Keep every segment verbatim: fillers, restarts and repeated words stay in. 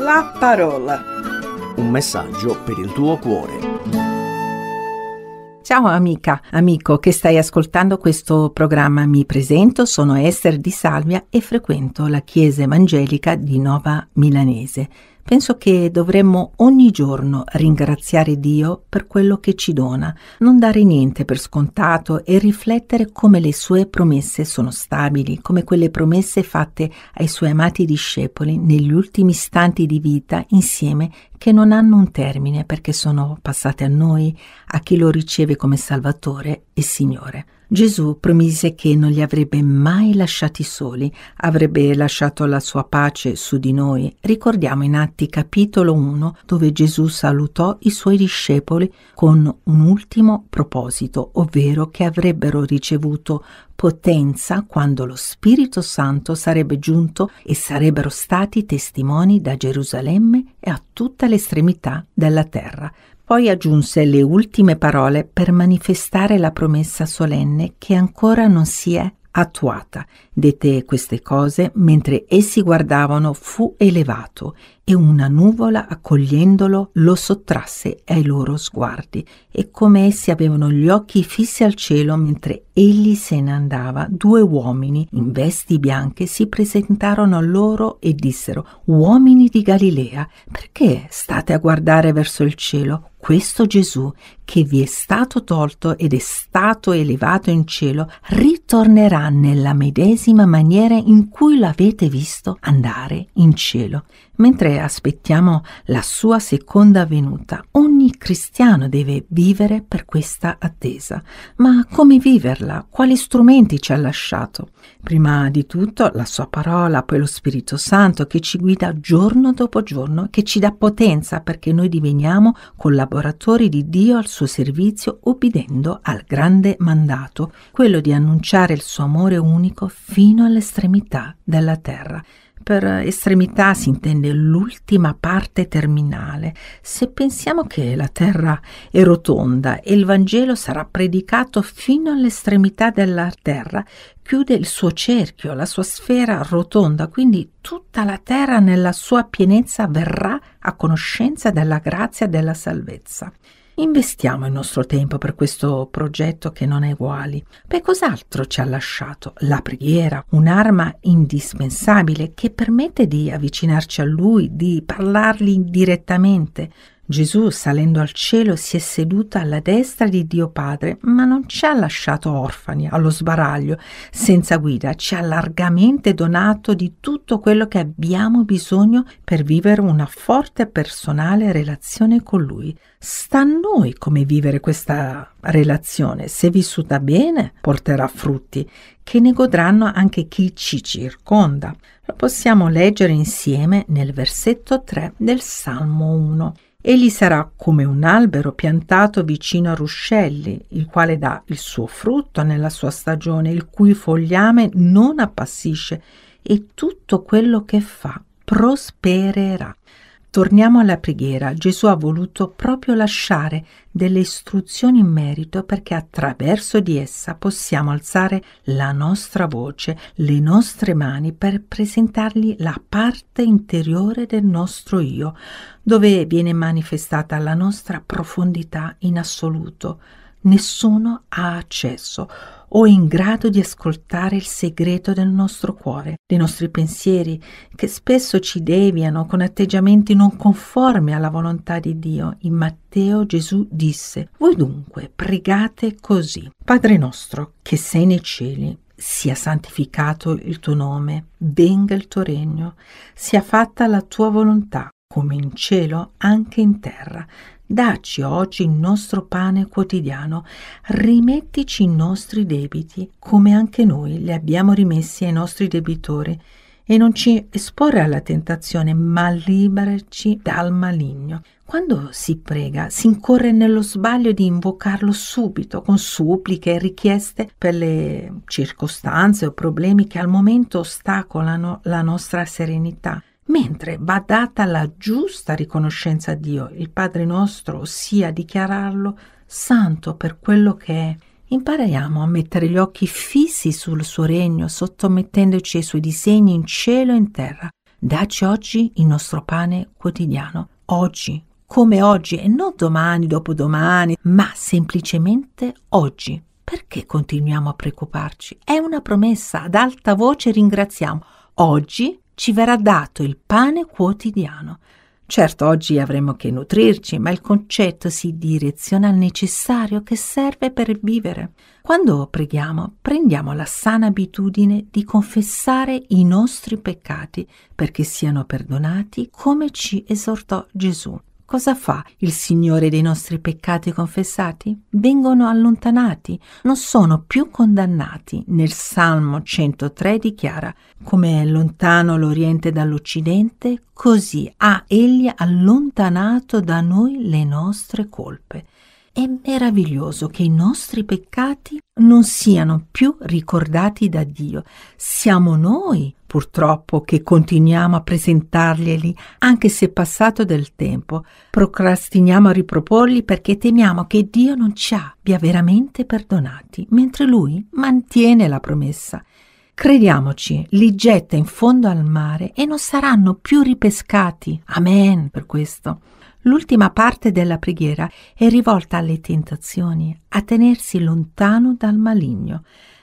la parola. Un messaggio per il tuo cuore. Ciao amica, amico che stai ascoltando questo programma, mi presento, sono Ester Di Salvia e frequento la Chiesa Evangelica di Nova Milanese. Penso che dovremmo ogni giorno ringraziare Dio per quello che ci dona, non dare niente per scontato e riflettere come le sue promesse sono stabili, come quelle promesse fatte ai suoi amati discepoli negli ultimi istanti di vita insieme, che non hanno un termine perché sono passate a noi, a chi lo riceve come Salvatore e Signore. Gesù promise che non li avrebbe mai lasciati soli, avrebbe lasciato la sua pace su di noi. Ricordiamo in Atti capitolo uno, dove Gesù salutò i suoi discepoli con un ultimo proposito, ovvero che avrebbero ricevuto potenza quando lo Spirito Santo sarebbe giunto e sarebbero stati testimoni da Gerusalemme e a tutta l'estremità della terra. Poi aggiunse le ultime parole per manifestare la promessa solenne che ancora non si è attuata. Dette queste cose mentre essi guardavano, fu elevato e una nuvola, accogliendolo, lo sottrasse ai loro sguardi. E come essi avevano gli occhi fissi al cielo mentre egli se ne andava, due uomini in vesti bianche si presentarono a loro e dissero: «Uomini di Galilea, perché state a guardare verso il cielo? Questo Gesù che vi è stato tolto ed è stato elevato in cielo ritornerà nella medesima maniera in cui l'avete visto andare in cielo». Mentre aspettiamo la sua seconda venuta, ogni cristiano deve vivere per questa attesa. Ma come viverla? Quali strumenti ci ha lasciato? Prima di tutto la sua parola, poi lo Spirito Santo che ci guida giorno dopo giorno, che ci dà potenza perché noi diveniamo collaboratori di Dio al suo servizio, obbedendo al grande mandato, quello di annunciare il suo amore unico fino all'estremità della terra. Per estremità si intende l'ultima parte terminale. Se pensiamo che la terra è rotonda e il Vangelo sarà predicato fino all'estremità della terra, chiude il suo cerchio, la sua sfera rotonda, quindi tutta la terra nella sua pienezza verrà a conoscenza della grazia e della salvezza. Investiamo il nostro tempo per questo progetto che non ha uguali. Beh, cos'altro ci ha lasciato? La preghiera, un'arma indispensabile che permette di avvicinarci a Lui, di parlargli direttamente. Gesù, salendo al cielo, si è seduto alla destra di Dio Padre, ma non ci ha lasciato orfani, allo sbaraglio, senza guida. Ci ha largamente donato di tutto quello che abbiamo bisogno per vivere una forte e personale relazione con Lui. Sta a noi come vivere questa relazione. Se vissuta bene, porterà frutti che ne godranno anche chi ci circonda. Lo possiamo leggere insieme nel versetto tre del Salmo uno. Egli sarà come un albero piantato vicino a ruscelli, il quale dà il suo frutto nella sua stagione, il cui fogliame non appassisce, e tutto quello che fa prospererà. Torniamo alla preghiera. Gesù ha voluto proprio lasciare delle istruzioni in merito perché attraverso di essa possiamo alzare la nostra voce, le nostre mani per presentargli la parte interiore del nostro io, dove viene manifestata la nostra profondità in assoluto. Nessuno ha accesso o è in grado di ascoltare il segreto del nostro cuore, dei nostri pensieri, che spesso ci deviano con atteggiamenti non conformi alla volontà di Dio. In Matteo Gesù disse: «Voi dunque pregate così: Padre nostro che sei nei cieli, sia santificato il tuo nome, venga il tuo regno, sia fatta la tua volontà, come in cielo anche in terra. Dacci oggi il nostro pane quotidiano, rimettici i nostri debiti, come anche noi li abbiamo rimessi ai nostri debitori, e non ci esporre alla tentazione, ma liberaci dal maligno». Quando si prega, si incorre nello sbaglio di invocarlo subito, con suppliche e richieste per le circostanze o problemi che al momento ostacolano la nostra serenità. Mentre va data la giusta riconoscenza a Dio, il Padre nostro, ossia dichiararlo santo per quello che è. Impariamo a mettere gli occhi fissi sul suo regno, sottomettendoci ai suoi disegni in cielo e in terra. Dacci oggi il nostro pane quotidiano, oggi, come oggi e non domani, dopodomani, ma semplicemente oggi. Perché continuiamo a preoccuparci? È una promessa, ad alta voce ringraziamo. Oggi ci verrà dato il pane quotidiano. Certo, oggi avremo che nutrirci, ma il concetto si direziona al necessario che serve per vivere. Quando preghiamo, prendiamo la sana abitudine di confessare i nostri peccati perché siano perdonati, come ci esortò Gesù. Cosa fa il Signore dei nostri peccati confessati? Vengono allontanati, non sono più condannati. Nel Salmo centotré dichiara: come è lontano l'Oriente dall'Occidente, così ha Egli allontanato da noi le nostre colpe. È meraviglioso che i nostri peccati non siano più ricordati da Dio. Siamo noi, purtroppo, che continuiamo a presentarglieli, anche se è passato del tempo. Procrastiniamo a riproporli perché temiamo che Dio non ci abbia veramente perdonati, mentre Lui mantiene la promessa. Crediamoci, li getta in fondo al mare e non saranno più ripescati. Amen per questo. L'ultima parte della preghiera è rivolta alle tentazioni, a tenersi lontano dal maligno.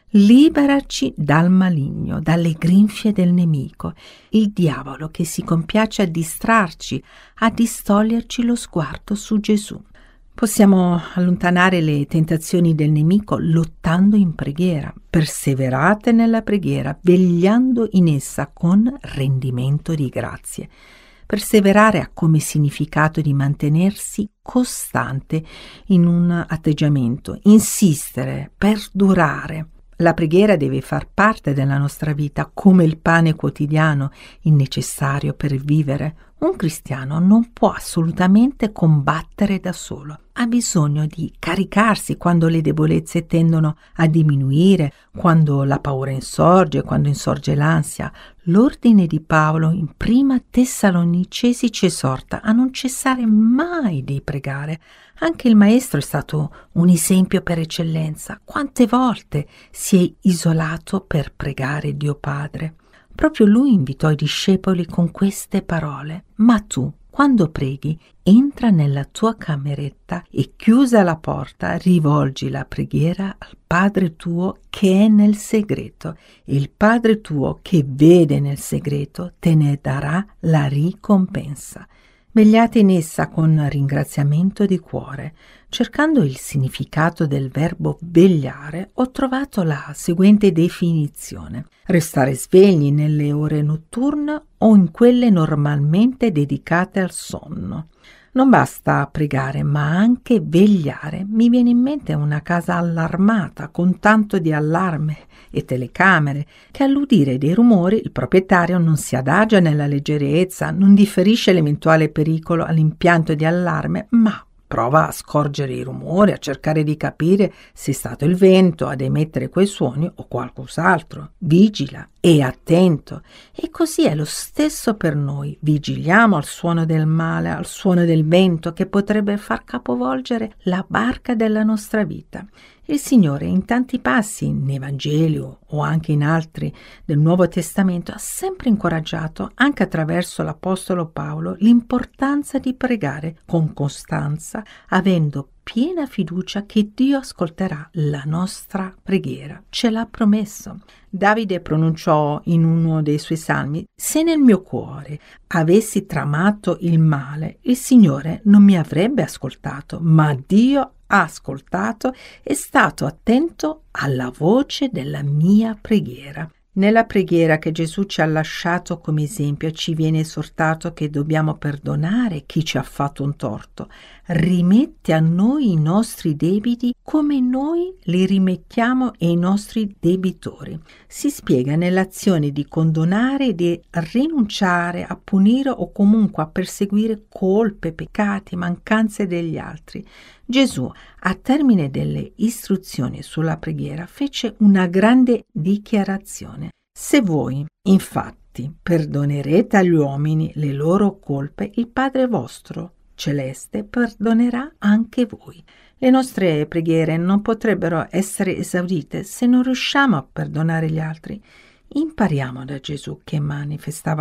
Liberaci dal maligno, dalle grinfie del nemico, il diavolo che si compiace a distrarci, a distoglierci lo sguardo su Gesù. Possiamo allontanare le tentazioni del nemico lottando in preghiera. Perseverate nella preghiera, vegliando in essa con rendimento di grazie. Perseverare ha come significato di mantenersi costante in un atteggiamento, insistere, perdurare. La preghiera deve far parte della nostra vita come il pane quotidiano, il necessario per vivere. Un cristiano non può assolutamente combattere da solo. Ha bisogno di caricarsi quando le debolezze tendono a diminuire, quando la paura insorge, quando insorge l'ansia. L'ordine di Paolo in prima Tessalonicesi ci esorta a non cessare mai di pregare. Anche il maestro è stato un esempio per eccellenza. Quante volte si è isolato per pregare Dio Padre? Proprio lui invitò i discepoli con queste parole: ma tu, quando preghi, entra nella tua cameretta e chiusa la porta, rivolgi la preghiera al Padre tuo che è nel segreto, e il Padre tuo che vede nel segreto te ne darà la ricompensa. Vegliate in essa con ringraziamento di cuore. Cercando il significato del verbo vegliare, ho trovato la seguente definizione: restare svegli nelle ore notturne o in quelle normalmente dedicate al sonno. Non basta pregare, ma anche vegliare. Mi viene in mente una casa allarmata con tanto di allarme e telecamere che all'udire dei rumori il proprietario non si adagia nella leggerezza, non differisce l'eventuale pericolo all'impianto di allarme, ma prova a scorgere i rumori, a cercare di capire se è stato il vento ad emettere quei suoni o qualcos'altro. Vigila e attento. E così è lo stesso per noi. Vigiliamo al suono del male, al suono del vento che potrebbe far capovolgere la barca della nostra vita. Il Signore in tanti passi, nei Vangeli o anche in altri del Nuovo Testamento, ha sempre incoraggiato, anche attraverso l'Apostolo Paolo, l'importanza di pregare con costanza, avendo piena fiducia che Dio ascolterà la nostra preghiera. Ce l'ha promesso. Davide pronunciò in uno dei suoi salmi: se nel mio cuore avessi tramato il male, il Signore non mi avrebbe ascoltato, ma Dio ha ascoltato, è stato attento alla voce della mia preghiera. Nella preghiera che Gesù ci ha lasciato come esempio ci viene esortato che dobbiamo perdonare chi ci ha fatto un torto. Rimette a noi i nostri debiti come noi li rimettiamo ai nostri debitori. Si spiega nell'azione di condonare e di rinunciare a punire o comunque a perseguire colpe, peccati, mancanze degli altri. Gesù, a termine delle istruzioni sulla preghiera, fece una grande dichiarazione. Se voi, infatti, perdonerete agli uomini le loro colpe, il Padre vostro celeste perdonerà anche voi. Le nostre preghiere non potrebbero essere esaurite se non riusciamo a perdonare gli altri. Impariamo da Gesù che manifestava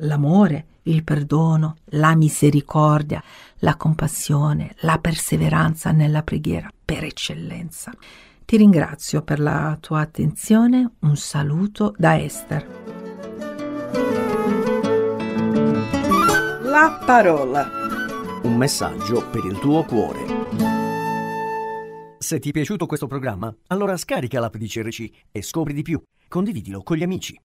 l'amore, il perdono, la misericordia, la compassione, la perseveranza nella preghiera per eccellenza. Ti ringrazio per la tua attenzione, un saluto da Esther. La parola. Un messaggio per il tuo cuore. Se ti è piaciuto questo programma, allora scarica l'app di C R C e scopri di più. Condividilo con gli amici.